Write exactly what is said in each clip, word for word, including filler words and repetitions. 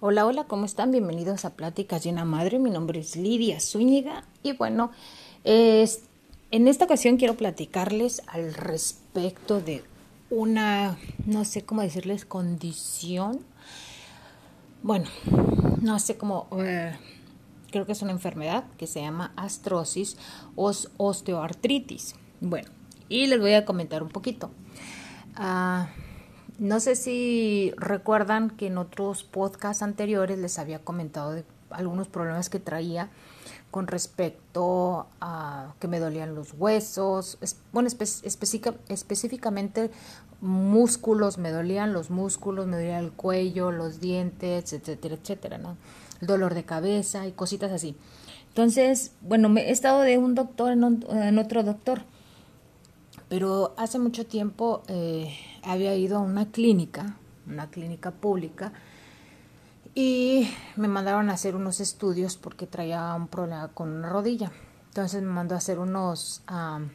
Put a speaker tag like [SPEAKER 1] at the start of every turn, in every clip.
[SPEAKER 1] Hola, hola, ¿cómo están? Bienvenidos a Pláticas de una Madre. Mi nombre es Lidia Zúñiga y bueno, es, en esta ocasión quiero platicarles al respecto de una, no sé cómo decirles, condición. Bueno, no sé cómo, eh, creo que es una enfermedad que se llama artrosis o osteoartritis. Bueno, y les voy a comentar un poquito. Ah... Uh, No sé si recuerdan que en otros podcasts anteriores les había comentado de algunos problemas que traía con respecto a que me dolían los huesos, bueno, espe específicamente músculos, me dolían los músculos, me dolía el cuello, los dientes, etcétera, etcétera, ¿no? El dolor de cabeza y cositas así. Entonces, bueno, me he estado de un doctor en, un, en otro doctor. Pero hace mucho tiempo eh, había ido a una clínica, una clínica pública, y me mandaron a hacer unos estudios porque traía un problema con una rodilla. Entonces me mandó a hacer unos um,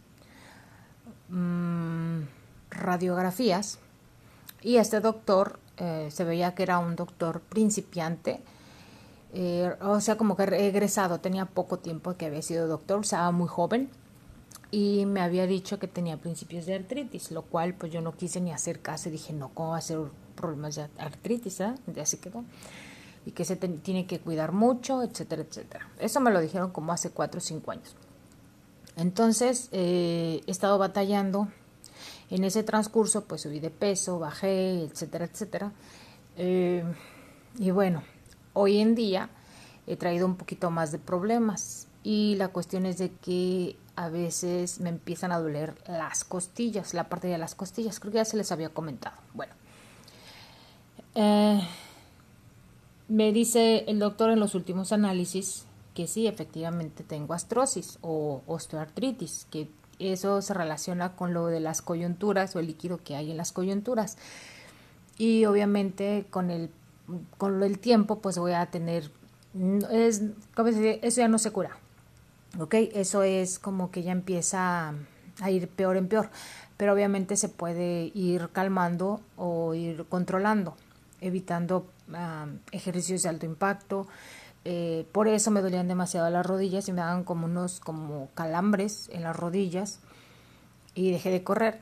[SPEAKER 1] um, radiografías y este doctor eh, se veía que era un doctor principiante, eh, o sea, como que egresado, tenía poco tiempo que había sido doctor, o sea, muy joven. Y me había dicho que tenía principios de artritis, lo cual pues yo no quise ni hacer caso y dije, no, ¿cómo va a ser problemas de artritis? ¿Eh? Y así quedó. Y que se te, tiene que cuidar mucho, etcétera, etcétera. Eso me lo dijeron como hace cuatro o cinco años. Entonces eh, he estado batallando. En ese transcurso pues subí de peso, bajé, etcétera, etcétera. Eh, y bueno, hoy en día he traído un poquito más de problemas. Y la cuestión es de que a veces me empiezan a doler las costillas, la parte de las costillas. Creo que ya se les había comentado. Bueno, eh, me dice el doctor en los últimos análisis que sí, efectivamente tengo artrosis o osteoartritis, que eso se relaciona con lo de las coyunturas o el líquido que hay en las coyunturas. Y obviamente con el, con el tiempo pues voy a tener, es, eso ya no se cura. Ok, eso es como que ya empieza a ir peor en peor, pero obviamente se puede ir calmando o ir controlando, evitando uh, ejercicios de alto impacto. Eh, por eso me dolían demasiado las rodillas y me daban como unos como calambres en las rodillas y dejé de correr.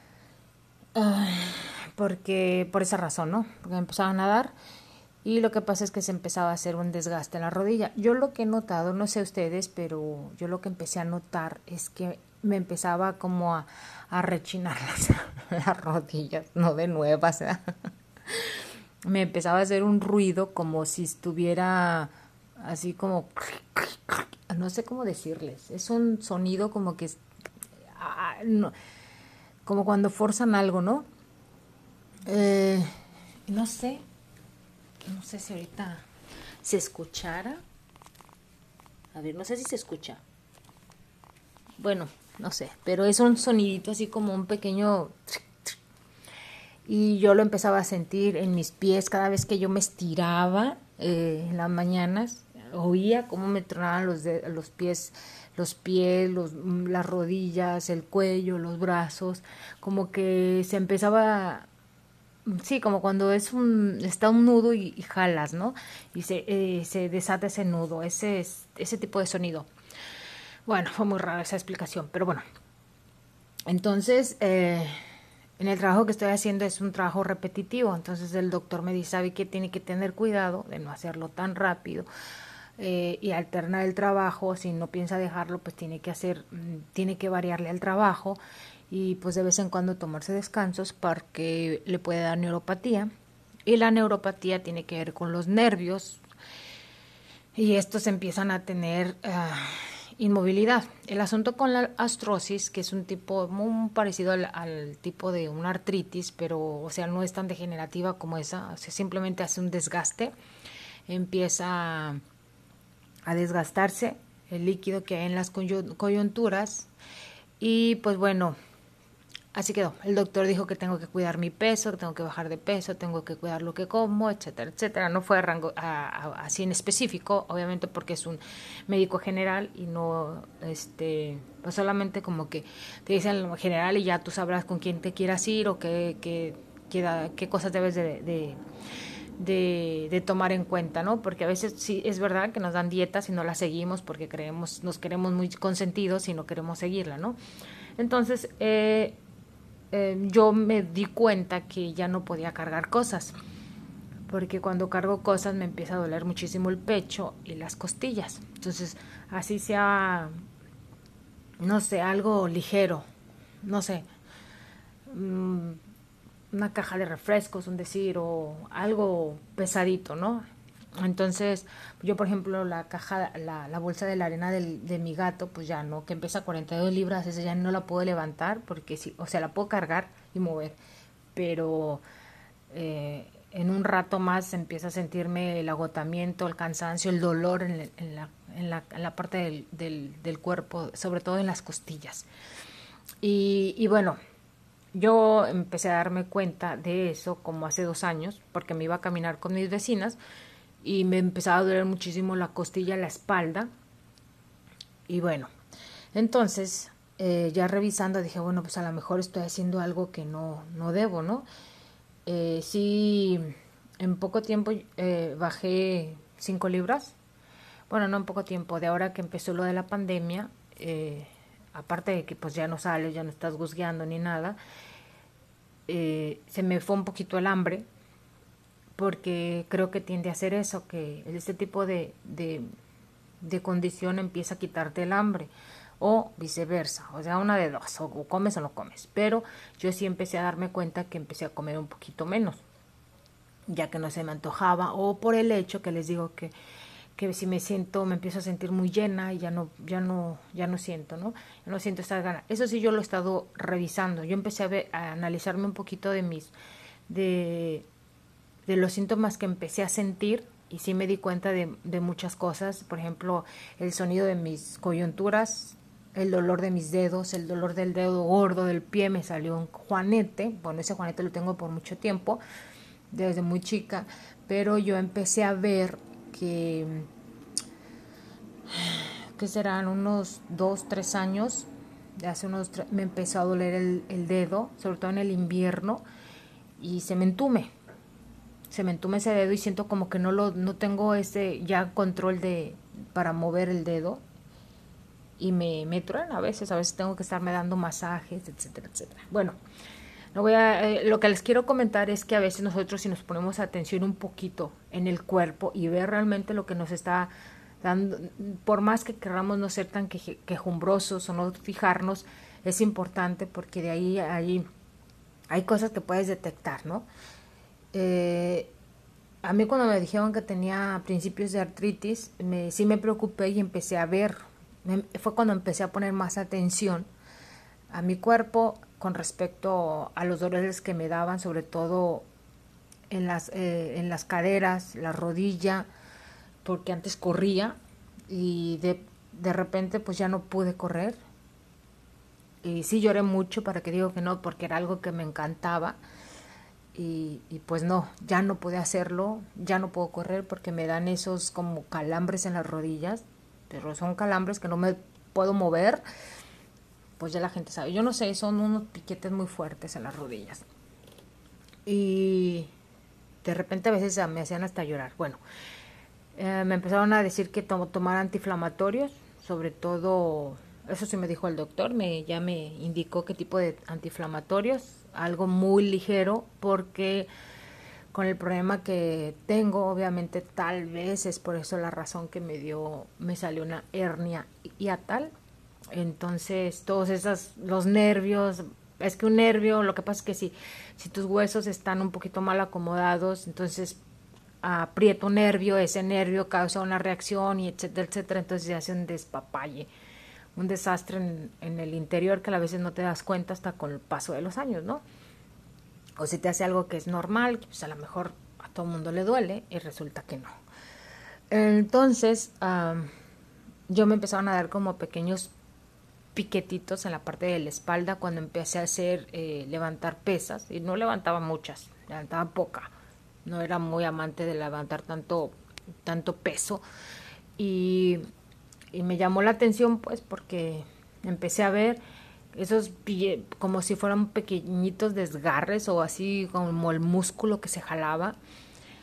[SPEAKER 1] Uh, porque por esa razón, ¿no? Porque me empezaban a dar. Y lo que pasa es que se empezaba a hacer un desgaste en la rodilla. Yo lo que he notado, no sé ustedes, pero yo lo que empecé a notar es que me empezaba como a, a rechinar las, las rodillas, no de nuevas, ¿eh? Me empezaba a hacer un ruido como si estuviera así como, no sé cómo decirles, es un sonido como que, ah, no, como cuando forzan algo, ¿no? Eh, no sé. No sé si ahorita se escuchara. A ver, no sé si se escucha. Bueno, no sé, pero es un sonidito así como un pequeño... Y yo lo empezaba a sentir en mis pies cada vez que yo me estiraba eh, en las mañanas. Oía cómo me tronaban los, de, los pies, los pies, los, las rodillas, el cuello, los brazos. Como que se empezaba... Sí, como cuando es un, está un nudo y, y jalas, ¿no? Y se, eh, se desata ese nudo, ese, ese tipo de sonido. Bueno, fue muy rara esa explicación, pero bueno. Entonces, eh, en el trabajo que estoy haciendo es un trabajo repetitivo, entonces el doctor me dice, ¿sabe qué? Tiene que tener cuidado de no hacerlo tan rápido eh, y alternar el trabajo. Si no piensa dejarlo, pues tiene que hacer, tiene que variarle al trabajo y pues de vez en cuando tomarse descansos porque le puede dar neuropatía y la neuropatía tiene que ver con los nervios y estos empiezan a tener uh, inmovilidad. El asunto con la artrosis, que es un tipo muy parecido al, al tipo de una artritis, pero o sea no es tan degenerativa como esa, o sea, simplemente hace un desgaste, empieza a, a desgastarse el líquido que hay en las coyunturas y pues bueno, así quedó. El doctor dijo que tengo que cuidar mi peso, que tengo que bajar de peso, tengo que cuidar lo que como, etcétera, etcétera. No fue a rango, a, a, así en específico, obviamente porque es un médico general y no, este, pues solamente como que te dicen lo general y ya tú sabrás con quién te quieras ir o qué, qué, qué, qué cosas debes de, de, de, de tomar en cuenta, ¿no? Porque a veces sí es verdad que nos dan dietas y no las seguimos porque creemos, nos queremos muy consentidos y no queremos seguirla, ¿no? Entonces, eh, eh, yo me di cuenta que ya no podía cargar cosas, porque cuando cargo cosas me empieza a doler muchísimo el pecho y las costillas. Entonces, así sea, no sé, algo ligero, no sé, mmm, una caja de refrescos, un decir, o algo pesadito, ¿no? Entonces, yo por ejemplo, la caja, la, la bolsa de la arena del, de mi gato, pues ya no, que pesa cuarenta y dos libras, esa ya no la puedo levantar, porque sí, o sea, la puedo cargar y mover, pero eh, en un rato más empieza a sentirme el agotamiento, el cansancio, el dolor en, en, la, en, la, en la parte del, del, del cuerpo, sobre todo en las costillas. Y, y bueno, yo empecé a darme cuenta de eso como hace dos años, porque me iba a caminar con mis vecinas y me empezaba a doler muchísimo la costilla, la espalda. Y bueno, entonces eh, ya revisando dije, bueno, pues a lo mejor estoy haciendo algo que no, no debo, ¿no? Eh, sí, en poco tiempo eh, bajé cinco libras. Bueno, no en poco tiempo, de ahora que empezó lo de la pandemia, eh, aparte de que pues ya no sales, ya no estás guzgueando ni nada, eh, se me fue un poquito el hambre, porque creo que tiende a hacer eso, que este tipo de, de, de condición empieza a quitarte el hambre, o viceversa, o sea, una de dos, o comes o no comes. Pero yo sí empecé a darme cuenta que empecé a comer un poquito menos, ya que no se me antojaba, o por el hecho que les digo que que si me siento, me empiezo a sentir muy llena y ya no, ya no, ya no siento, ¿no? Ya no siento esta gana. Eso sí yo lo he estado revisando. Yo empecé a, ver, a analizarme un poquito de mis, de, de los síntomas que empecé a sentir, y sí me di cuenta de, de muchas cosas. Por ejemplo, el sonido de mis coyunturas, el dolor de mis dedos, el dolor del dedo gordo del pie, me salió un juanete. Bueno, ese juanete lo tengo por mucho tiempo, desde muy chica, pero yo empecé a ver que, que serán unos dos, tres años, de hace unos tres, me empezó a doler el, el dedo, sobre todo en el invierno, y se me entume, se me entume ese dedo y siento como que no lo, no tengo ese ya control de, para mover el dedo, y me, me truena a veces, a veces tengo que estarme dando masajes, etcétera, etcétera. Bueno, lo, voy a, eh, lo que les quiero comentar es que a veces nosotros, si nos ponemos atención un poquito en el cuerpo y ver realmente lo que nos está dando, por más que queramos no ser tan queje, quejumbrosos o no fijarnos, es importante, porque de ahí hay, hay cosas que puedes detectar, ¿no? Eh, a mí cuando me dijeron que tenía principios de artritis, me, sí me preocupé y empecé a ver, me, fue cuando empecé a poner más atención a mi cuerpo con respecto a los dolores que me daban, sobre todo en las, eh, en las caderas, la rodilla, porque antes corría y de, de repente pues ya no pude correr. Y sí lloré mucho, para que digo que no, porque era algo que me encantaba. Y, y pues no, ya no pude hacerlo, ya no puedo correr porque me dan esos como calambres en las rodillas, pero son calambres que no me puedo mover. Pues ya la gente sabe, yo no sé, son unos piquetes muy fuertes en las rodillas. Y de repente a veces me hacían hasta llorar. Bueno, eh, me empezaron a decir que to tomar antiinflamatorios, sobre todo, eso sí me dijo el doctor, me, ya me indicó qué tipo de antiinflamatorios, algo muy ligero, porque con el problema que tengo, obviamente tal vez es por eso la razón que me dio, me salió una hernia hiatal. Entonces, todos esos, los nervios, es que un nervio, lo que pasa es que si, si tus huesos están un poquito mal acomodados, entonces aprieta un nervio, ese nervio causa una reacción y etcétera, etcétera, entonces se hace un despapalle, un desastre en, en el interior que a veces no te das cuenta hasta con el paso de los años, ¿no? O si te hace algo que es normal, pues a lo mejor a todo el mundo le duele y resulta que no. Entonces, um, yo me empezaron a dar como pequeños piquetitos en la parte de la espalda cuando empecé a hacer eh, levantar pesas, y no levantaba muchas, levantaba poca, no era muy amante de levantar tanto tanto peso, y, y me llamó la atención pues porque empecé a ver esos como si fueran pequeñitos desgarres o así como el músculo que se jalaba,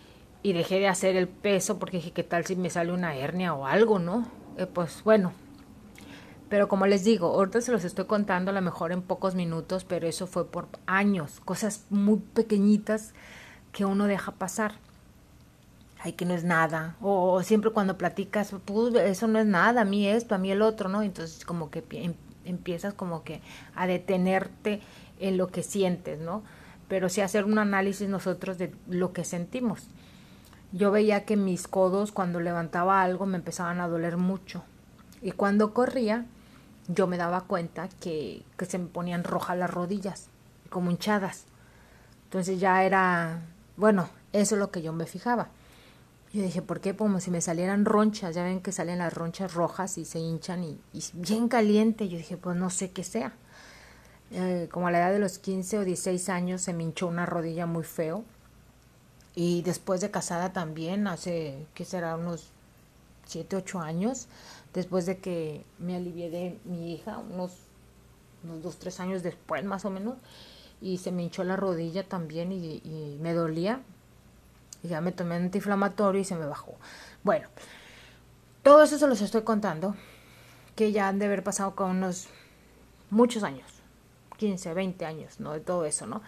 [SPEAKER 1] y dejé de hacer el peso porque dije, ¿qué tal si me sale una hernia o algo, no? Eh, pues bueno, pero como les digo, ahorita se los estoy contando a lo mejor en pocos minutos, pero eso fue por años, cosas muy pequeñitas que uno deja pasar. Ay, que no es nada. O, o siempre cuando platicas, pues eso no es nada, a mí esto, a mí el otro, ¿no? Entonces como que em, empiezas como que a detenerte en lo que sientes, ¿no? Pero sí hacer un análisis nosotros de lo que sentimos. Yo veía que mis codos cuando levantaba algo me empezaban a doler mucho. Y cuando corría, yo me daba cuenta que, que se me ponían rojas las rodillas, como hinchadas. Entonces ya era, bueno, eso es lo que yo me fijaba. Yo dije, ¿por qué? Como si me salieran ronchas. Ya ven que salen las ronchas rojas y se hinchan y, y bien caliente. Yo dije, pues no sé qué sea. Eh, como a la edad de los quince o dieciséis años se me hinchó una rodilla muy feo. Y después de casada también, hace, ¿qué será? Unos siete, ocho años. Después de que me alivié de mi hija, unos, unos dos, tres años después más o menos. Y se me hinchó la rodilla también y, y me dolía. Y ya me tomé un antiinflamatorio y se me bajó. Bueno, todo eso se los estoy contando, que ya han de haber pasado con unos muchos años, quince, veinte años, ¿no? De todo eso, ¿no?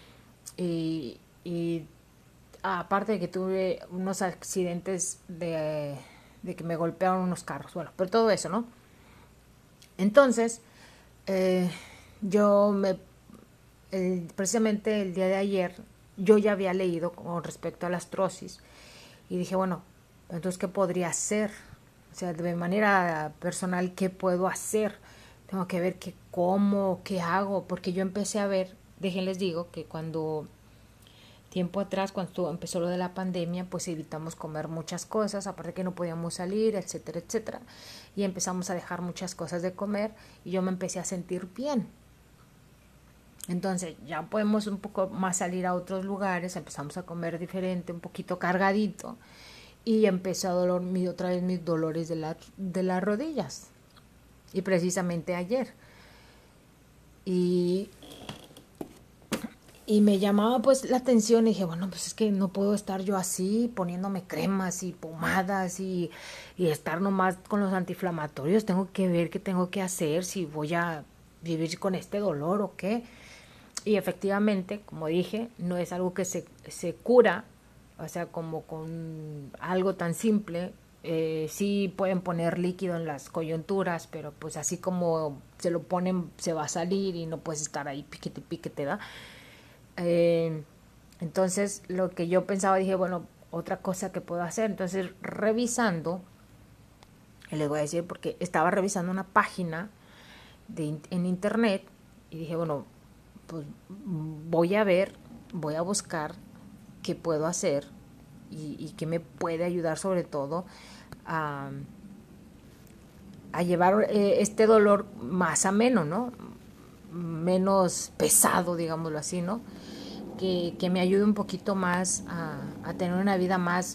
[SPEAKER 1] Y, y aparte de que tuve unos accidentes de, de que me golpearon unos carros, bueno, pero todo eso, ¿no? Entonces, eh, yo me, el, precisamente el día de ayer, yo ya había leído con respecto a la artrosis y dije, bueno, entonces, ¿qué podría hacer? O sea, de manera personal, ¿qué puedo hacer? Tengo que ver qué como, qué hago, porque yo empecé a ver, déjenles digo, que cuando tiempo atrás, cuando estuvo, empezó lo de la pandemia, pues evitamos comer muchas cosas, aparte que no podíamos salir, etcétera, etcétera, y empezamos a dejar muchas cosas de comer y yo me empecé a sentir bien. Entonces ya podemos un poco más salir a otros lugares, empezamos a comer diferente, un poquito cargadito y empezó a dolor, otra vez mis dolores de, la, de las rodillas. Y precisamente ayer. Y, y me llamaba pues la atención y dije, bueno, pues es que no puedo estar yo así poniéndome cremas y pomadas y, y estar nomás con los antiinflamatorios. Tengo que ver qué tengo que hacer, si voy a vivir con este dolor o qué. Y efectivamente, como dije, no es algo que se, se cura, o sea, como con algo tan simple. Eh, sí pueden poner líquido en las coyunturas, pero pues así como se lo ponen, se va a salir y no puedes estar ahí piquete piquete, ¿da? Eh, entonces, lo que yo pensaba, dije, bueno, otra cosa que puedo hacer. Entonces, revisando, y les voy a decir, porque estaba revisando una página de, en internet y dije, bueno, pues voy a ver, voy a buscar qué puedo hacer y, y qué me puede ayudar sobre todo a, a llevar eh, este dolor más ameno, ¿no? Menos pesado, digámoslo así, ¿no? Que, que me ayude un poquito más a, a tener una vida más,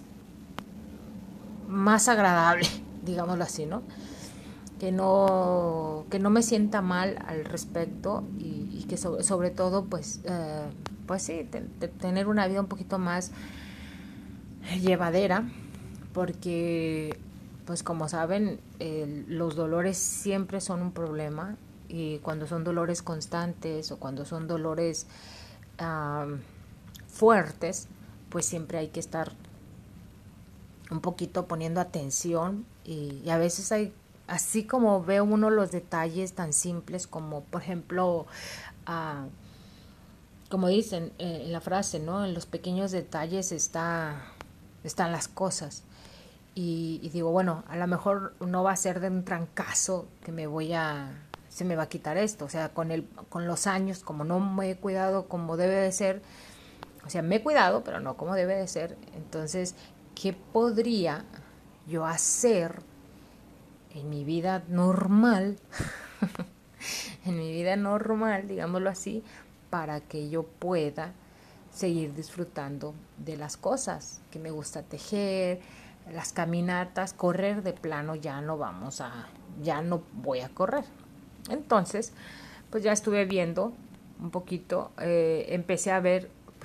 [SPEAKER 1] más agradable, digámoslo así, ¿no? Que no, que no me sienta mal al respecto y, y que sobre, sobre todo, pues, eh, pues sí, te, te, tener una vida un poquito más llevadera, porque, pues como saben, eh, los dolores siempre son un problema y cuando son dolores constantes o cuando son dolores uh, fuertes, pues siempre hay que estar un poquito poniendo atención y, y a veces hay, así como ve uno los detalles tan simples como, por ejemplo, uh, como dicen eh, en la frase, ¿no? En los pequeños detalles está, están las cosas. Y, y digo, bueno, a lo mejor no va a ser de un trancazo que me voy a, se me va a quitar esto. O sea, con, el, con los años, como no me he cuidado como debe de ser, o sea, me he cuidado, pero no como debe de ser. Entonces, ¿qué podría yo hacer en mi vida normal, en mi vida normal, digámoslo así, para que yo pueda seguir disfrutando de las cosas que me gusta tejer, las caminatas, correr de plano ya no vamos a, ya no voy a correr. Entonces, pues ya estuve viendo un poquito, eh, empecé a ver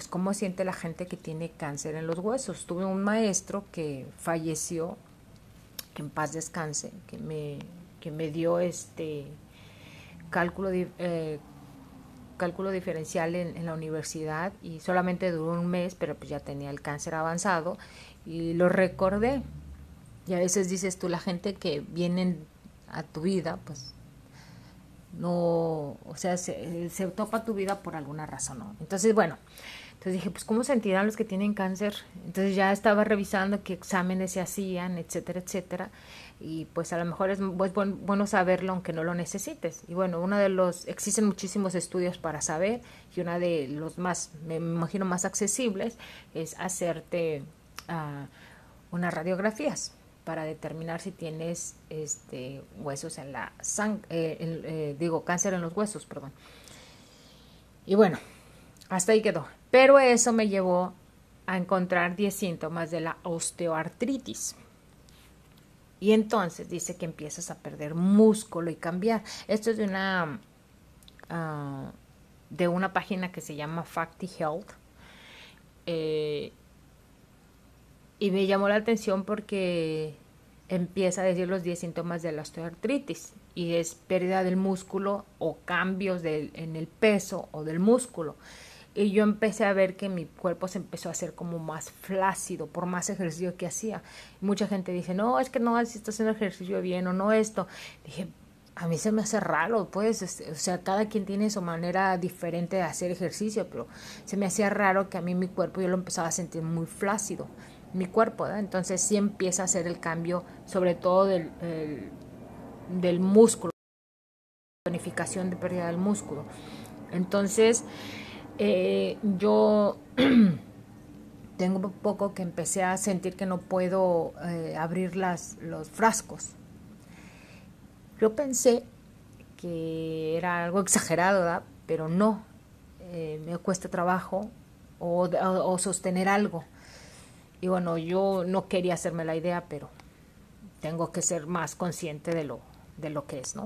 [SPEAKER 1] pues cómo siente la gente que tiene cáncer en los huesos. Tuve un maestro que falleció, que en paz descanse, que me, que me dio este cálculo, eh, cálculo diferencial en, en la universidad, y solamente duró un mes, pero pues ya tenía el cáncer avanzado y lo recordé. Y a veces dices tú, la gente que viene a tu vida, pues no, o sea, se, se topa tu vida por alguna razón, ¿no? Entonces, bueno, entonces dije, pues ¿cómo sentirán los que tienen cáncer? Entonces ya estaba revisando qué exámenes se hacían, etcétera, etcétera, y pues a lo mejor es pues, bueno saberlo aunque no lo necesites. Y bueno, uno de los, existen muchísimos estudios para saber, y uno de los más, me imagino más accesibles, es hacerte uh, unas radiografías para determinar si tienes este huesos en la sangre, eh, eh, digo, cáncer en los huesos, perdón. Y bueno, hasta ahí quedó. Pero eso me llevó a encontrar diez síntomas de la osteoartritis. Y entonces dice que empiezas a perder músculo y cambiar. Esto es de una, uh, de una página que se llama Facti Health. Eh, y me llamó la atención porque empieza a decir los diez síntomas de la osteoartritis. Y es pérdida del músculo o cambios de, en el peso o del músculo. Y yo empecé a ver que mi cuerpo se empezó a hacer como más flácido por más ejercicio que hacía. Mucha gente dice, no, es que no, si estás haciendo ejercicio bien o no esto. Dije, a mí se me hace raro, pues, o sea, cada quien tiene su manera diferente de hacer ejercicio, pero se me hacía raro que a mí mi cuerpo, yo lo empezaba a sentir muy flácido, mi cuerpo, ¿verdad? Entonces sí empieza a hacer el cambio, sobre todo del, el, del músculo, tonificación de pérdida del músculo. Entonces, Eh, yo tengo un poco que empecé a sentir que no puedo eh, abrir las, los frascos. Yo pensé que era algo exagerado, ¿verdad? Pero no, eh, me cuesta trabajo o, o, o sostener algo. Y bueno, yo no quería hacerme la idea, pero tengo que ser más consciente de lo, de lo que es, ¿no?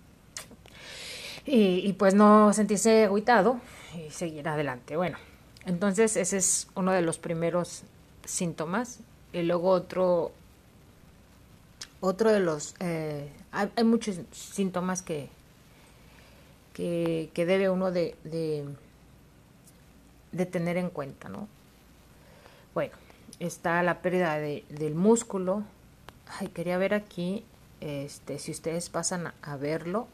[SPEAKER 1] Y, y pues no sentirse agüitado y seguir adelante. Bueno, entonces ese es uno de los primeros síntomas. Y luego otro, otro de los, eh, hay, hay muchos síntomas que, que, que debe uno de, de, de tener en cuenta, ¿no? Bueno, está la pérdida de, del músculo. Ay, quería ver aquí, este, si ustedes pasan a, a verlo.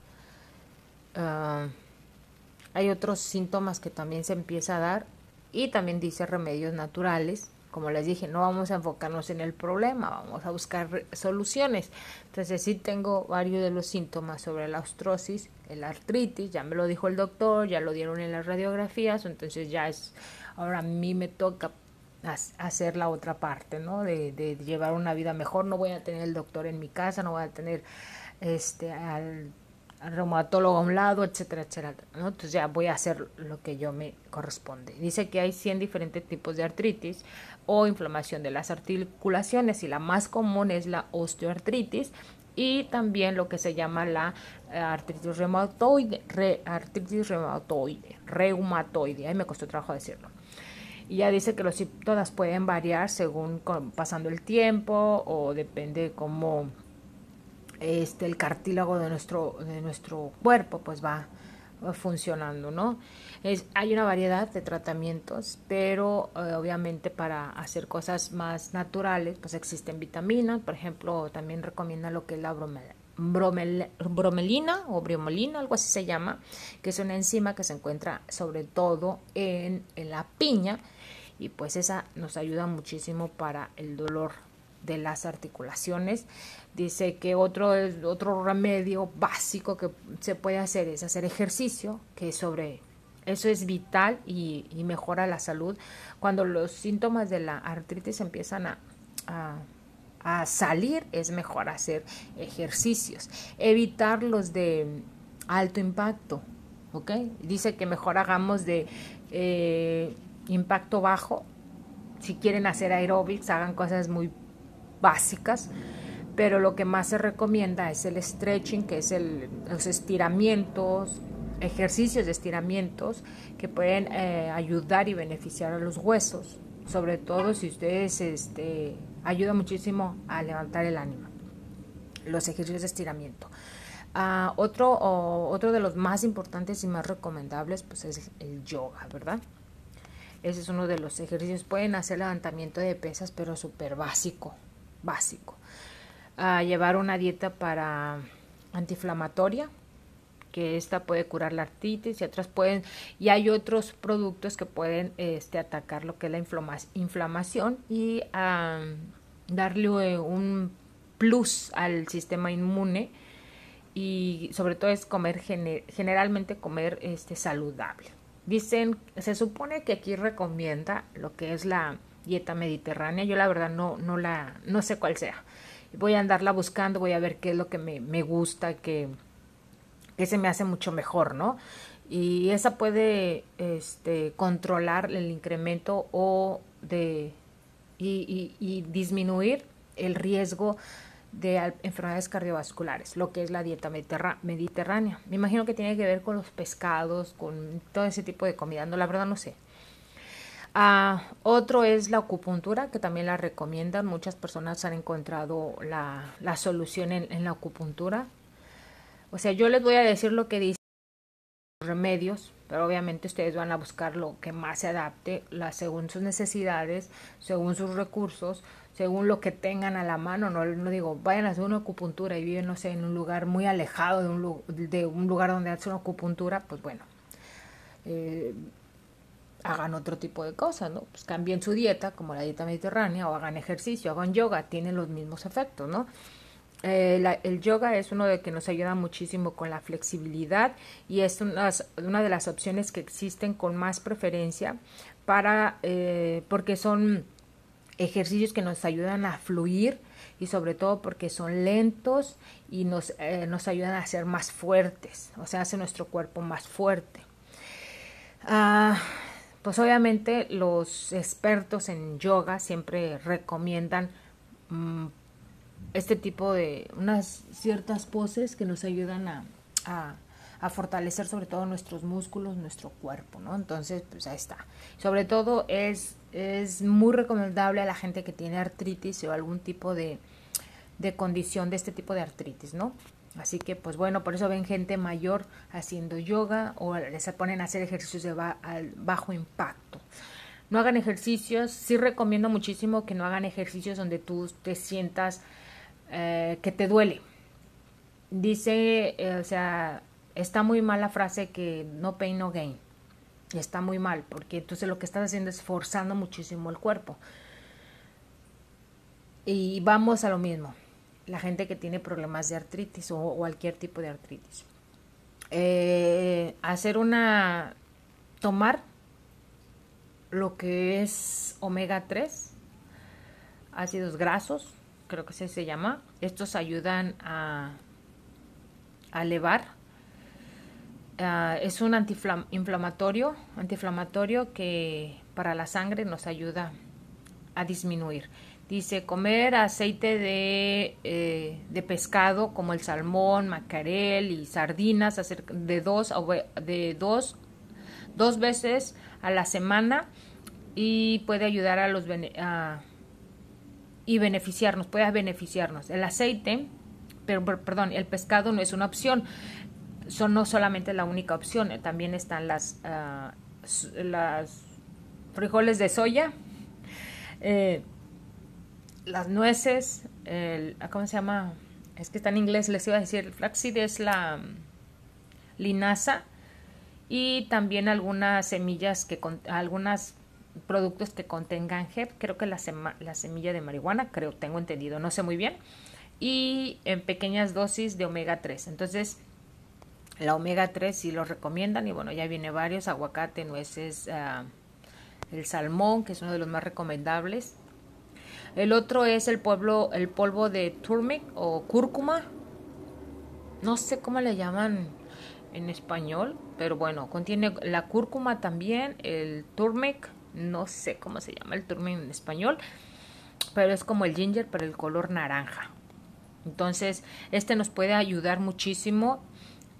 [SPEAKER 1] Uh, hay otros síntomas que también se empieza a dar, y también dice remedios naturales. Como les dije, no vamos a enfocarnos en el problema, vamos a buscar soluciones. Entonces sí tengo varios de los síntomas sobre la artrosis, la artritis, ya me lo dijo el doctor, ya lo dieron en las radiografías, entonces ya es, ahora a mí me toca hacer la otra parte, ¿no? De, de llevar una vida mejor. No voy a tener el doctor en mi casa, no voy a tener este al al reumatólogo a un lado, etcétera, etcétera, ¿no? Entonces ya voy a hacer lo que yo me corresponde. Dice que hay cien diferentes tipos de artritis o inflamación de las articulaciones, y la más común es la osteoartritis, y también lo que se llama la artritis reumatoide, re, artritis reumatoide, reumatoide, ahí me costó trabajo decirlo. Y ya dice que los síntomas pueden variar según con, pasando el tiempo, o depende cómo Este, el cartílago de nuestro, de nuestro cuerpo pues va, va funcionando, ¿no? Es, hay una variedad de tratamientos, pero eh, obviamente para hacer cosas más naturales pues existen vitaminas. Por ejemplo, también recomienda lo que es la bromel, bromel, bromelina o bromelina, algo así se llama, que es una enzima que se encuentra sobre todo en, en la piña, y pues esa nos ayuda muchísimo para el dolor de las articulaciones. Dice que otro, otro remedio básico que se puede hacer es hacer ejercicio, que sobre eso es vital y, y mejora la salud. Cuando los síntomas de la artritis empiezan a, a, a salir, es mejor hacer ejercicios, evitar los de alto impacto, ¿ok? Dice que mejor hagamos de eh, impacto bajo. Si quieren hacer aeróbics, hagan cosas muy básicas, pero lo que más se recomienda es el stretching, que es el, los estiramientos, ejercicios de estiramientos que pueden eh, ayudar y beneficiar a los huesos, sobre todo si ustedes este, ayuda muchísimo a levantar el ánimo, los ejercicios de estiramiento. Uh, otro, o, otro de los más importantes y más recomendables pues es el yoga, ¿verdad? Ese es uno de los ejercicios. Pueden hacer levantamiento de pesas, pero súper básico, básico. Uh, llevar una dieta para antiinflamatoria, que esta puede curar la artritis, y otras pueden, y hay otros productos que pueden este, atacar lo que es la inflama, inflamación y uh, darle un plus al sistema inmune, y sobre todo es comer gener, generalmente comer este saludable. Dicen, se supone que aquí recomienda lo que es la dieta mediterránea. Yo la verdad no, no la, no sé cuál sea. Voy a andarla buscando, voy a ver qué es lo que me, me gusta, que, que se me hace mucho mejor, ¿no? Y esa puede este, controlar el incremento o de y, y, y disminuir el riesgo de enfermedades cardiovasculares, lo que es la dieta mediterránea. Me imagino que tiene que ver con los pescados, con todo ese tipo de comida. No, la verdad no sé. Uh, otro es la acupuntura, que también la recomiendan. Muchas personas han encontrado la, la solución en, en la acupuntura. O sea, yo les voy a decir lo que dicen los remedios, pero obviamente ustedes van a buscar lo que más se adapte la, según sus necesidades, según sus recursos, según lo que tengan a la mano. No, no digo, vayan a hacer una acupuntura y viven, no sé, en un lugar muy alejado de un, de un lugar donde hacen una acupuntura, pues bueno, eh, hagan otro tipo de cosas, ¿no? Pues cambien su dieta, como la dieta mediterránea, o hagan ejercicio, hagan yoga, tienen los mismos efectos, ¿no? Eh, la, el yoga es uno de que nos ayuda muchísimo con la flexibilidad, y es una, una de las opciones que existen con más preferencia para, eh, porque son ejercicios que nos ayudan a fluir, y sobre todo porque son lentos y nos, eh, nos ayudan a ser más fuertes, o sea, hace nuestro cuerpo más fuerte. Uh, pues obviamente los expertos en yoga siempre recomiendan um, este tipo de unas ciertas poses que nos ayudan a, a, a fortalecer sobre todo nuestros músculos, nuestro cuerpo, ¿no? Entonces, pues ahí está. Sobre todo es, es muy recomendable a la gente que tiene artritis o algún tipo de, de condición de este tipo de artritis, ¿no? Así que, pues bueno, por eso ven gente mayor haciendo yoga, o les ponen a hacer ejercicios de ba bajo impacto. No hagan ejercicios, sí recomiendo muchísimo que no hagan ejercicios donde tú te sientas eh, que te duele. Dice, eh, o sea, está muy mal la frase que no pain, no gain. Está muy mal, porque entonces lo que estás haciendo es forzando muchísimo el cuerpo. Y vamos a lo mismo. La gente que tiene problemas de artritis o, o cualquier tipo de artritis. Eh, hacer una... Tomar lo que es omega tres, ácidos grasos, creo que así se llama. Estos ayudan a, a elevar. Uh, es un antiinflamatorio, antiinflamatorio que para la sangre nos ayuda a disminuir. Dice, comer aceite de, eh, de pescado como el salmón, macarel y sardinas, hacer de dos, de dos, dos veces a la semana, y puede ayudar a los a, y beneficiarnos, puede beneficiarnos. El aceite, pero, perdón, el pescado no es una opción, son no solamente la única opción, también están las, uh, las frijoles de soya, eh, las nueces, el, ¿cómo se llama? Es que está en inglés, les iba a decir, el flaxseed es la um, linaza, y también algunas semillas, que algunos productos que contengan hemp, creo que la, sema, la semilla de marihuana, creo, tengo entendido, no sé muy bien, y en pequeñas dosis de omega tres. Entonces, la omega tres sí lo recomiendan, y bueno, ya viene varios, aguacate, nueces, uh, el salmón, que es uno de los más recomendables. El otro es el, pueblo, el polvo de turmeric o cúrcuma. No sé cómo le llaman en español, pero bueno, contiene la cúrcuma también, el turmeric, no sé cómo se llama el turmeric en español, pero es como el ginger, pero el color naranja. Entonces, este nos puede ayudar muchísimo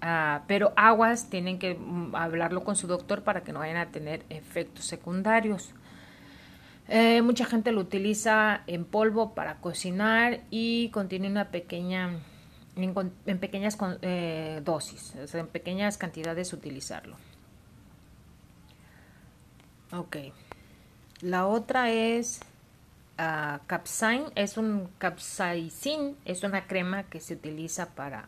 [SPEAKER 1] Uh, pero aguas tienen que um, hablarlo con su doctor para que no vayan a tener efectos secundarios. Eh, mucha gente lo utiliza en polvo para cocinar y contiene una pequeña, en, en pequeñas eh, dosis, o sea, en pequeñas cantidades utilizarlo. Ok. La otra es uh, capsaicin, es un capsaicin, es una crema que se utiliza para,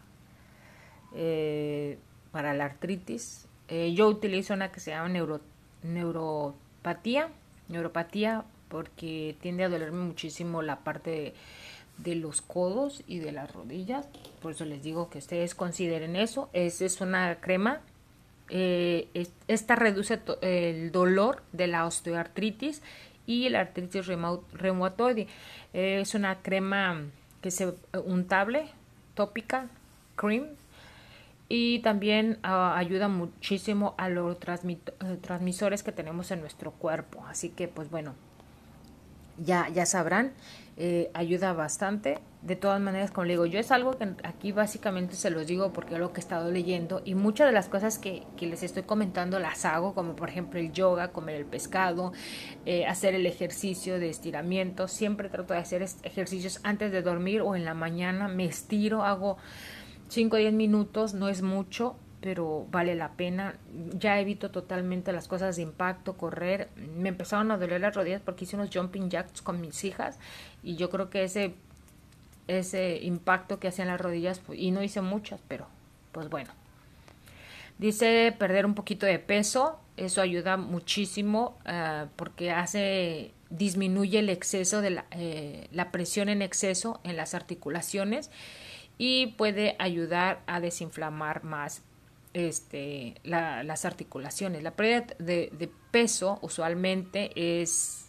[SPEAKER 1] eh, para la artritis. Eh, yo utilizo una que se llama neuro, neuropatía, neuropatía porque tiende a dolerme muchísimo la parte de, de los codos y de las rodillas. Por eso les digo que ustedes consideren eso. Esa es una crema. Eh, esta reduce el dolor de la osteoartritis y la artritis reumatoide. Eh, es una crema que se untable, tópica, cream, y también uh, ayuda muchísimo a los transmisores que tenemos en nuestro cuerpo. Así que pues bueno, ya, ya sabrán, eh, ayuda bastante. De todas maneras, como le digo, yo es algo que aquí básicamente se los digo porque es lo que he estado leyendo y muchas de las cosas que, que les estoy comentando las hago, como por ejemplo el yoga, comer el pescado, eh, hacer el ejercicio de estiramiento. Siempre trato de hacer ejercicios antes de dormir o en la mañana, me estiro, hago cinco o diez minutos, no es mucho, pero vale la pena. Ya evito totalmente las cosas de impacto, correr. Me empezaron a doler las rodillas porque hice unos jumping jacks con mis hijas y yo creo que ese ese impacto que hacían las rodillas, pues, y no hice muchas, pero pues bueno. Dice perder un poquito de peso, eso ayuda muchísimo uh, porque hace disminuye el exceso de la, eh, la presión en exceso en las articulaciones y puede ayudar a desinflamar más este, la, las articulaciones. La pérdida de, de peso usualmente es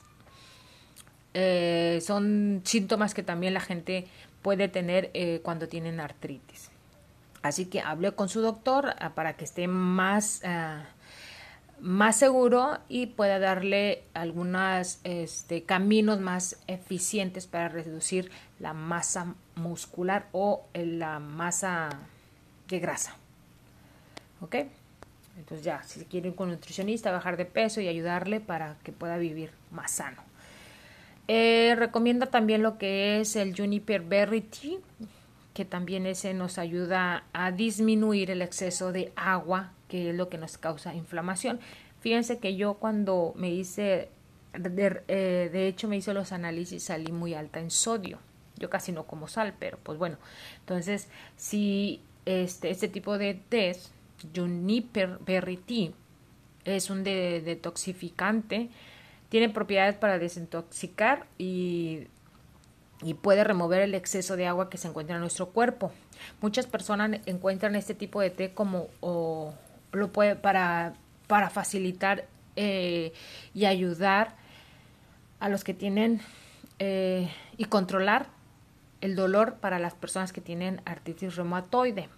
[SPEAKER 1] eh, son síntomas que también la gente puede tener eh, cuando tienen artritis. Así que hable con su doctor uh, para que esté más, uh, más seguro y pueda darle algunos este, caminos más eficientes para reducir la masa muscular o la masa de grasa. ¿Ok? Entonces ya, si quiere ir con un nutricionista, bajar de peso y ayudarle para que pueda vivir más sano. Eh, recomienda también lo que es el Juniper Berry Tea, que también ese nos ayuda a disminuir el exceso de agua, que es lo que nos causa inflamación. Fíjense que yo cuando me hice, de, eh, de hecho me hice los análisis, salí muy alta en sodio. Yo casi no como sal, pero pues bueno. Entonces, si este, este tipo de té, Juniper Berry Tea, es un de, detoxificante, tiene propiedades para desintoxicar y, y puede remover el exceso de agua que se encuentra en nuestro cuerpo. Muchas personas encuentran este tipo de té como o lo puede para, para facilitar eh, y ayudar a los que tienen eh, y controlar el dolor para las personas que tienen artritis reumatoide.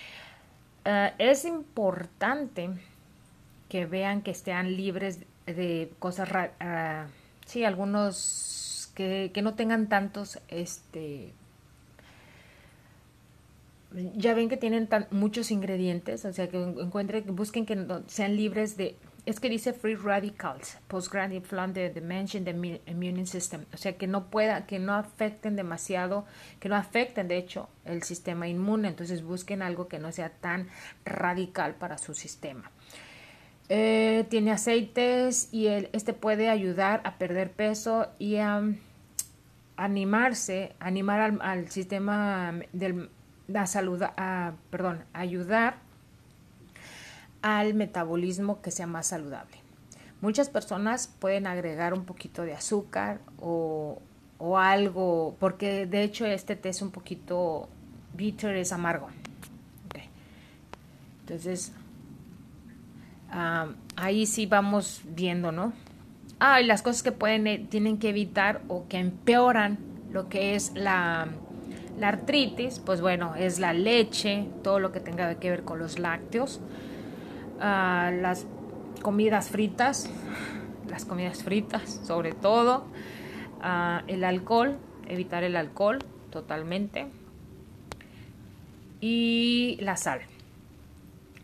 [SPEAKER 1] Uh, es importante que vean que estén libres de cosas raras, uh, sí, algunos que, que no tengan tantos, este, ya ven que tienen tan, muchos ingredientes, o sea, que encuentren, que busquen que no, sean libres de, es que dice free radicals, postgraduate inflamed the dimension the immune system, o sea, que no pueda, que no afecten demasiado, que no afecten, de hecho, el sistema inmune, entonces busquen algo que no sea tan radical para su sistema. Eh, tiene aceites y el, este puede ayudar a perder peso y a um, animarse, animar al, al sistema del la salud, a, perdón, ayudar al metabolismo que sea más saludable. Muchas personas pueden agregar un poquito de azúcar o, o algo, porque de hecho este té es un poquito bitter, es amargo. Okay. Entonces, Um, ahí sí vamos viendo, ¿no? Ah, y las cosas que pueden, eh, tienen que evitar o que empeoran lo que es la, la artritis, pues bueno, es la leche, todo lo que tenga que ver con los lácteos, uh, las comidas fritas, las comidas fritas sobre todo, uh, el alcohol, evitar el alcohol totalmente, y la sal.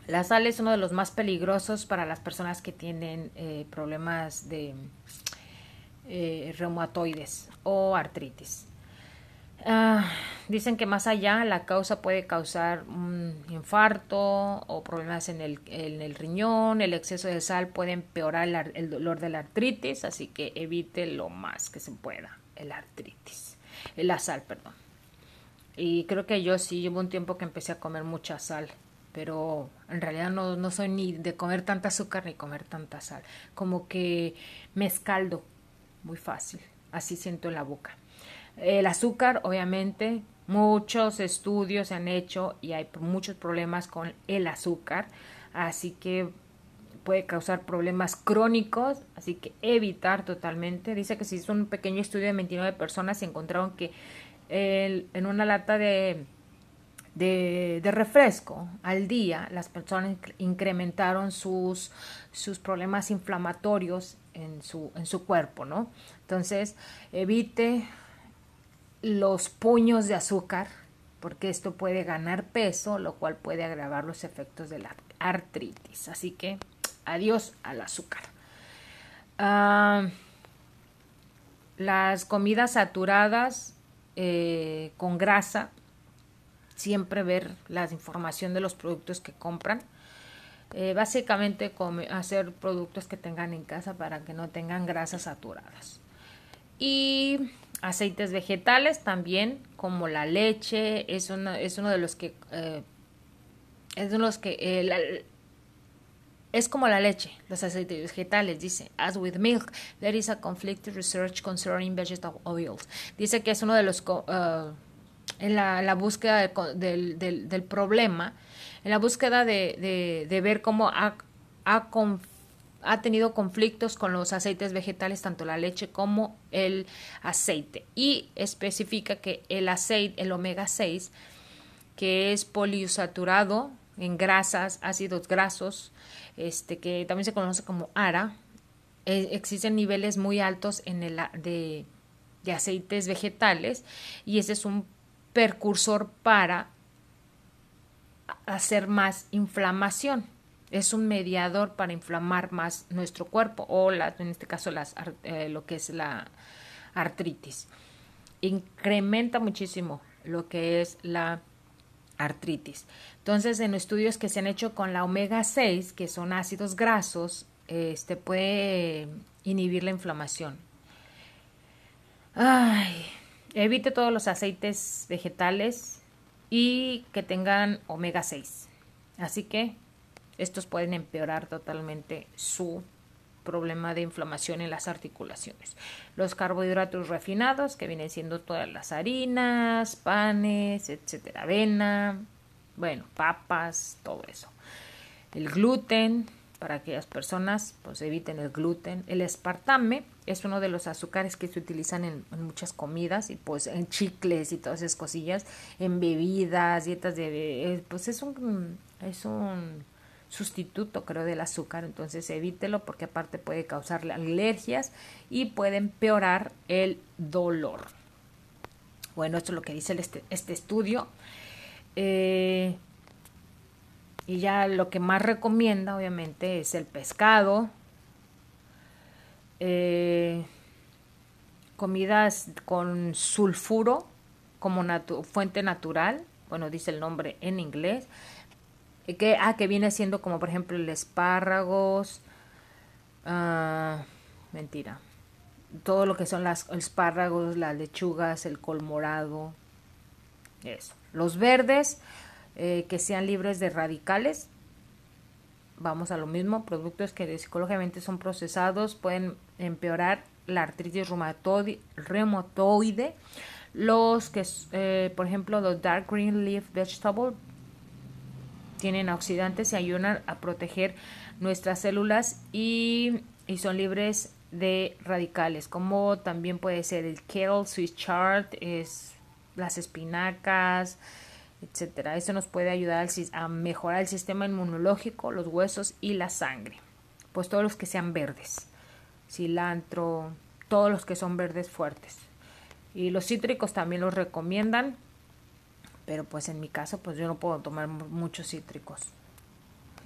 [SPEAKER 1] La sal es uno de los más peligrosos para las personas que tienen eh, problemas de eh, reumatoides o artritis. Uh, dicen que más allá la causa puede causar un infarto o problemas en el, en el riñón. El exceso de sal puede empeorar el, el dolor de la artritis, así que evite lo más que se pueda el artritis, la sal, perdón. Y creo que yo sí llevo un tiempo que empecé a comer mucha sal, pero en realidad no, no soy ni de comer tanta azúcar ni comer tanta sal. Como que me escaldo muy fácil, así siento en la boca. El azúcar, obviamente, muchos estudios se han hecho y hay muchos problemas con el azúcar, así que puede causar problemas crónicos, así que evitar totalmente. Dice que se hizo un pequeño estudio de veintinueve personas y encontraron que el, en una lata de, de, de refresco al día las personas incrementaron sus, sus problemas inflamatorios en su, en su cuerpo, ¿no? Entonces, evite los puños de azúcar, porque esto puede ganar peso, lo cual puede agravar los efectos de la artritis. Así que adiós al azúcar. Uh, las comidas saturadas eh, con grasa, siempre ver la información de los productos que compran. Eh, básicamente come, hacer productos que tengan en casa para que no tengan grasas saturadas. Y aceites vegetales también, como la leche, es uno, es uno de los que eh, es uno de los que eh, la, es como la leche, los aceites vegetales. Dice, as with milk, there is a conflicted research concerning vegetable oils. Dice que es uno de los uh, en la, la búsqueda de, del, del, del problema, en la búsqueda de, de, de ver cómo ha, ha conflictado ha tenido conflictos con los aceites vegetales, tanto la leche como el aceite. Y especifica que el aceite, el omega seis, que es poliinsaturado en grasas, ácidos grasos, este, que también se conoce como A R A, eh, existen niveles muy altos en el, de, de aceites vegetales, y ese es un precursor para hacer más inflamación. Es un mediador para inflamar más nuestro cuerpo, o la, en este caso las, eh, lo que es la artritis. Incrementa muchísimo lo que es la artritis. Entonces, en estudios que se han hecho con la omega seis, que son ácidos grasos, este puede inhibir la inflamación. Ay, evite todos los aceites vegetales y que tengan omega seis. Así que estos pueden empeorar totalmente su problema de inflamación en las articulaciones. Los carbohidratos refinados, que vienen siendo todas las harinas, panes, etcétera, avena, bueno, papas, todo eso. El gluten, para aquellas personas, pues eviten el gluten. El aspartame es uno de los azúcares que se utilizan en, en muchas comidas, y pues en chicles y todas esas cosillas, en bebidas, dietas de, pues es un, es un sustituto, creo, del azúcar. Entonces evítelo, porque aparte puede causarle alergias y puede empeorar el dolor. Bueno, esto es lo que dice este, este estudio. Eh, y ya lo que más recomienda, obviamente, es el pescado, eh, comidas con sulfuro como natu- fuente natural, bueno, dice el nombre en inglés, que, ah, que viene siendo como por ejemplo el espárragos, uh, mentira, todo lo que son las espárragos, las lechugas, el col morado, eso. Los verdes, eh, que sean libres de radicales. Vamos a lo mismo, productos que psicológicamente son procesados pueden empeorar la artritis reumatoide. Los que, eh, por ejemplo, los dark green leaf vegetable tienen oxidantes y ayudan a proteger nuestras células y, y son libres de radicales, como también puede ser el kale, Swiss chard, es las espinacas, etcétera. Eso nos puede ayudar a mejorar el sistema inmunológico, los huesos y la sangre. Pues todos los que sean verdes, cilantro, todos los que son verdes fuertes. Y los cítricos también los recomiendan, pero pues en mi caso pues yo no puedo tomar muchos cítricos.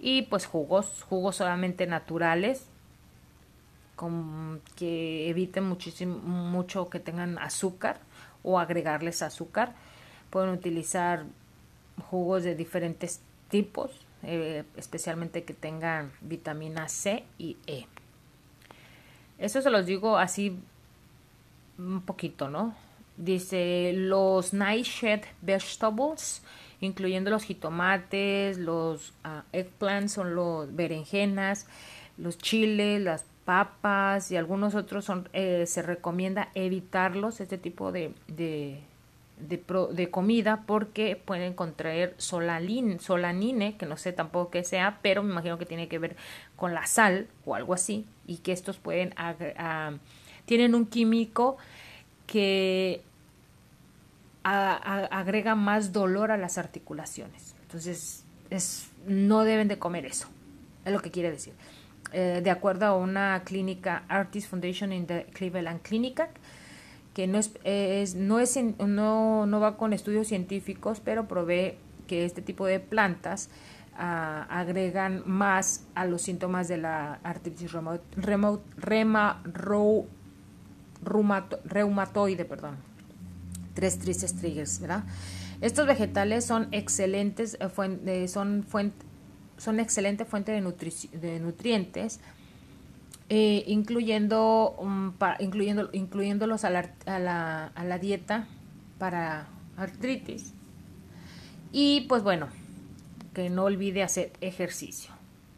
[SPEAKER 1] Y pues jugos, jugos solamente naturales, con, que eviten muchísimo, mucho que tengan azúcar o agregarles azúcar. Pueden utilizar jugos de diferentes tipos, eh, especialmente que tengan vitamina C y E. Eso se los digo así un poquito, ¿no? Dice los nightshade vegetables, incluyendo los jitomates, los uh, eggplants, son los berenjenas, los chiles, las papas y algunos otros son, eh, se recomienda evitarlos, este tipo de, de, de, pro, de comida, porque pueden contraer solalin, solanine, que no sé tampoco qué sea, pero me imagino que tiene que ver con la sal o algo así, y que estos pueden, uh, tienen un químico que a, a, agrega más dolor a las articulaciones. Entonces, es, no deben de comer eso, es lo que quiere decir. Eh, de acuerdo a una clínica Artist Foundation in the Cleveland Clinic, que no, es, es, no, es, no, no va con estudios científicos, pero provee que este tipo de plantas uh, agregan más a los síntomas de la artritis remote, remote, rema, ro, Rumato, reumatoide, perdón, tres tristes triggers, ¿verdad? Estos vegetales son excelentes, eh, fuente, son, fuente, son excelente fuente de, nutri de nutrientes, eh, incluyendo, um, pa, incluyendo, incluyéndolos a la, a, la, a la dieta para artritis. Y pues bueno, que no olvide hacer ejercicio.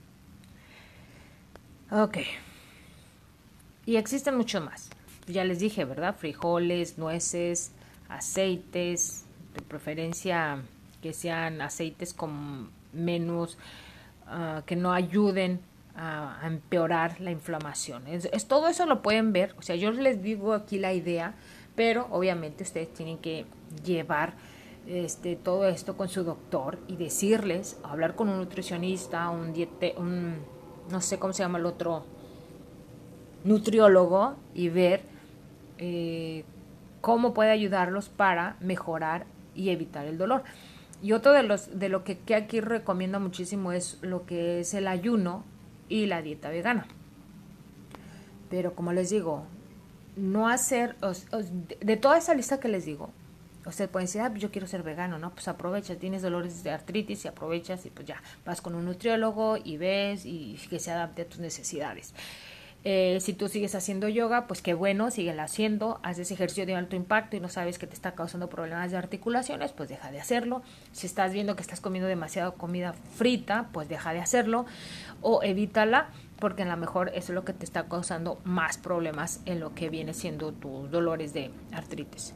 [SPEAKER 1] Ok. Y existen muchos más. Ya les dije, ¿verdad? Frijoles, nueces, aceites, de preferencia que sean aceites con menos, uh, que no ayuden a, a empeorar la inflamación. Es, es, todo eso lo pueden ver, o sea, yo les digo aquí la idea, pero obviamente ustedes tienen que llevar este, todo esto con su doctor y decirles, hablar con un nutricionista, un diete, un, no sé cómo se llama el otro, nutriólogo, y ver Eh, cómo puede ayudarlos para mejorar y evitar el dolor. Y otro de los de lo que, que aquí recomiendo muchísimo es lo que es el ayuno y la dieta vegana. Pero como les digo, no hacer, os, os, de toda esa lista que les digo, ustedes pueden decir, ah, yo quiero ser vegano, ¿no? Pues aprovecha, tienes dolores de artritis y aprovechas y pues ya, vas con un nutriólogo y ves y que se adapte a tus necesidades. Eh, si tú sigues haciendo yoga, pues qué bueno, síguelo haciendo, haces ejercicio de alto impacto y no sabes que te está causando problemas de articulaciones, pues deja de hacerlo. Si estás viendo que estás comiendo demasiada comida frita, pues deja de hacerlo o evítala, porque a lo mejor eso es lo que te está causando más problemas en lo que viene siendo tus dolores de artritis.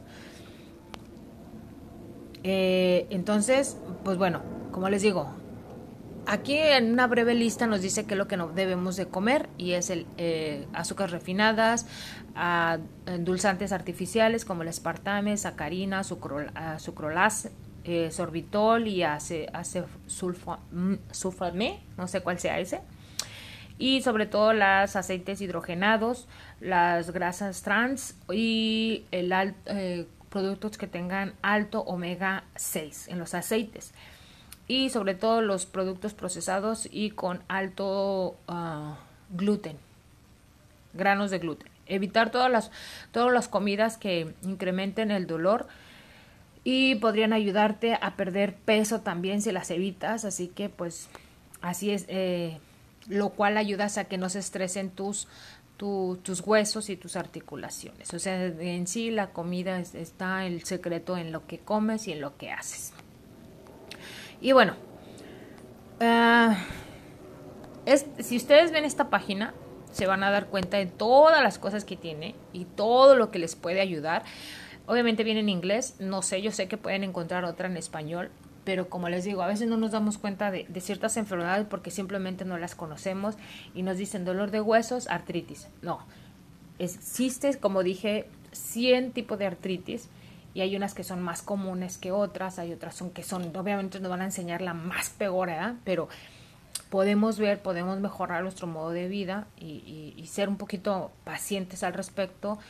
[SPEAKER 1] Eh, entonces, pues bueno, como les digo, aquí en una breve lista nos dice qué es lo que no debemos de comer, y es el eh, azúcares refinadas, uh, endulzantes artificiales como el aspartame, sacarina, sucrol, uh, sucrolase, eh, sorbitol y ace, ace sulfa, mm, sulfame, no sé cuál sea ese, y sobre todo los aceites hidrogenados, las grasas trans y el eh, productos que tengan alto omega seis en los aceites. Y sobre todo los productos procesados y con alto uh, gluten, granos de gluten. Evitar todas las, todas las comidas que incrementen el dolor y podrían ayudarte a perder peso también si las evitas. Así que pues así es, eh, lo cual ayudas a que no se estresen tus, tu, tus huesos y tus articulaciones. O sea, en sí la comida es, está el secreto en lo que comes y en lo que haces. Y bueno, uh, es, si ustedes ven esta página, se van a dar cuenta de todas las cosas que tiene y todo lo que les puede ayudar. Obviamente viene en inglés, no sé, yo sé que pueden encontrar otra en español, pero como les digo, a veces no nos damos cuenta de, de ciertas enfermedades porque simplemente no las conocemos y nos dicen dolor de huesos, artritis. No, existe, como dije, cien tipos de artritis. Y hay unas que son más comunes que otras, hay otras son que son, obviamente nos van a enseñar la más peor, ¿eh? Pero podemos ver, podemos mejorar nuestro modo de vida y, y, y ser un poquito pacientes al respecto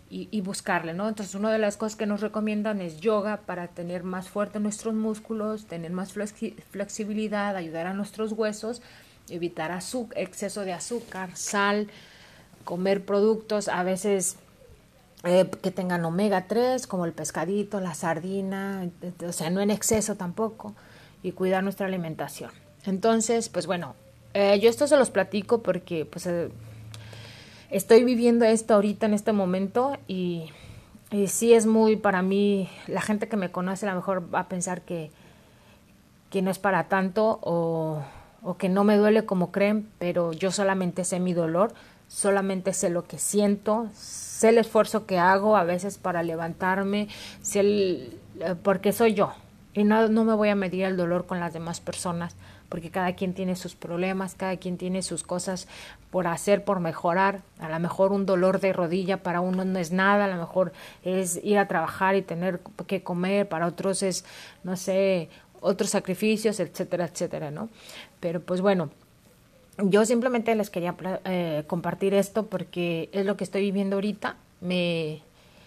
[SPEAKER 1] y, y buscarle, ¿no? Entonces, una de las cosas que nos recomiendan es yoga para tener más fuertes nuestros músculos, tener más flexi- flexibilidad, ayudar a nuestros huesos, evitar azúcar, exceso de azúcar, sal, comer productos a veces eh, que tengan omega tres, como el pescadito, la sardina, o sea, no en exceso tampoco, y cuidar nuestra alimentación. Entonces, pues bueno, eh, yo esto se los platico porque pues eh, estoy viviendo esto ahorita en este momento y, y sí es muy para mí, la gente que me conoce a lo mejor va a pensar que, que no es para tanto o, o que no me duele como creen, pero yo solamente sé mi dolor, solamente sé lo que siento, sé el esfuerzo que hago a veces para levantarme, sé el, porque soy yo y no, no me voy a medir el dolor con las demás personas porque cada quien tiene sus problemas, cada quien tiene sus cosas por hacer, por mejorar. A lo mejor un dolor de rodilla para uno no es nada, a lo mejor es ir a trabajar y tener que comer, para otros es, no sé, otros sacrificios, etcétera, etcétera, ¿no? Pero pues bueno, yo simplemente les quería eh, compartir esto porque es lo que estoy viviendo ahorita. Me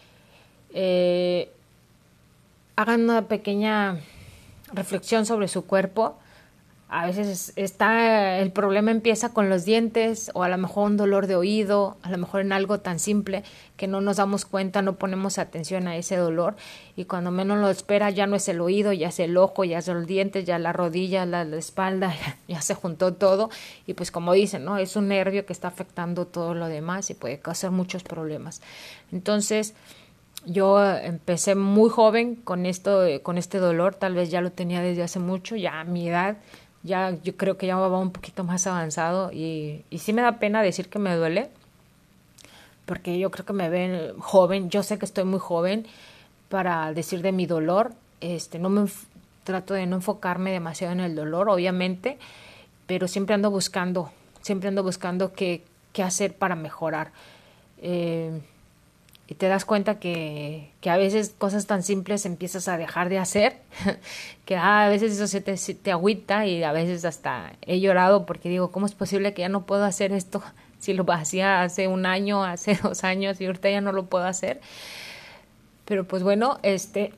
[SPEAKER 1] eh, hagan una pequeña reflexión sobre su cuerpo. A veces está el problema empieza con los dientes o a lo mejor un dolor de oído, a lo mejor en algo tan simple que no nos damos cuenta, no ponemos atención a ese dolor y cuando menos lo espera ya no es el oído, ya es el ojo, ya son los dientes, ya la rodilla, la, la espalda, ya, ya se juntó todo y pues como dicen, ¿no? Es un nervio que está afectando todo lo demás y puede causar muchos problemas. Entonces, yo empecé muy joven con esto, con este dolor, tal vez ya lo tenía desde hace mucho, ya a mi edad, ya yo creo que ya va un poquito más avanzado y, y sí me da pena decir que me duele, porque yo creo que me ven joven, yo sé que estoy muy joven para decir de mi dolor, este, no me trato de no enfocarme demasiado en el dolor, obviamente, pero siempre ando buscando, siempre ando buscando qué, qué hacer para mejorar. Eh, y te das cuenta que, que a veces cosas tan simples empiezas a dejar de hacer, que ah, a veces eso se te, se te agüita y a veces hasta he llorado porque digo, ¿cómo es posible que ya no puedo hacer esto si lo hacía hace un año, hace dos años y ahorita ya no lo puedo hacer? Pero pues bueno, este,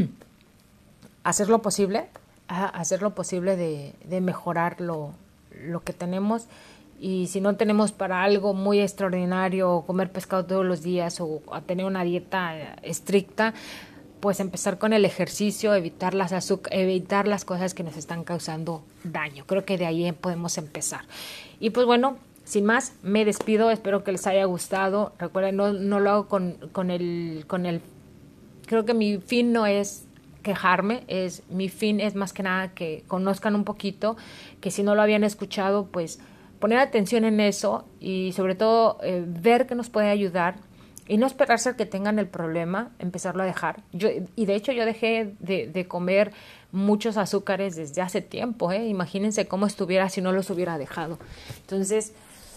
[SPEAKER 1] hacer lo posible, hacer lo posible de, de mejorar lo, lo que tenemos. Y si no tenemos para algo muy extraordinario, comer pescado todos los días o a tener una dieta estricta, pues empezar con el ejercicio, evitar las azúcar, evitar las cosas que nos están causando daño. Creo que de ahí podemos empezar. Y pues bueno, sin más, me despido. Espero que les haya gustado. Recuerden, no, no lo hago con, con el, con el, creo que mi fin no es quejarme, es mi fin es más que nada que conozcan un poquito, que si no lo habían escuchado, pues poner atención en eso y sobre todo eh, ver que nos puede ayudar y no esperarse a que tengan el problema, empezarlo a dejar. Yo, y de hecho yo dejé de, de comer muchos azúcares desde hace tiempo, ¿eh? Imagínense cómo estuviera si no los hubiera dejado. Entonces,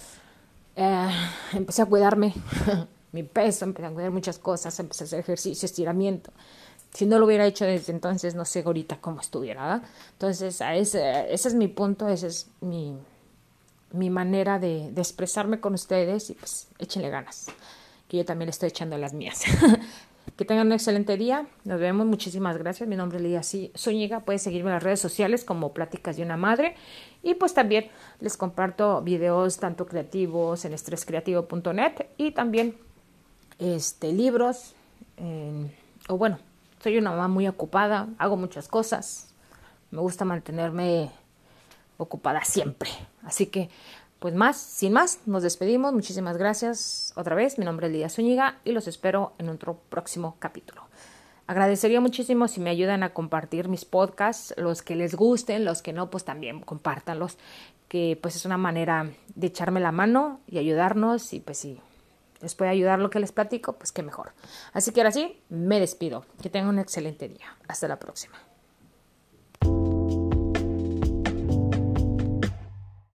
[SPEAKER 1] eh, empecé a cuidarme, mi peso, empecé a cuidar muchas cosas, empecé a hacer ejercicio, estiramiento. Si no lo hubiera hecho desde entonces, no sé ahorita cómo estuviera, ¿verdad? Entonces, a ese, ese es mi punto, ese es mi... mi manera de, de expresarme con ustedes y pues échenle ganas, que yo también le estoy echando las mías. Que tengan un excelente día, nos vemos, muchísimas gracias, mi nombre es Lidia Zúñiga, pueden seguirme en las redes sociales como Pláticas de una Madre y pues también les comparto videos tanto creativos en estrés creativo punto net y también este, libros, eh, o bueno, soy una mamá muy ocupada, hago muchas cosas, me gusta mantenerme ocupada siempre. Así que, pues más, sin más, nos despedimos. Muchísimas gracias otra vez. Mi nombre es Lidia Zúñiga y los espero en otro próximo capítulo. Agradecería muchísimo si me ayudan a compartir mis podcasts, los que les gusten, los que no, pues también compártanlos, que pues es una manera de echarme la mano y ayudarnos y pues si les puede ayudar lo que les platico, pues qué mejor. Así que ahora sí, me despido. Que tengan un excelente día. Hasta la próxima.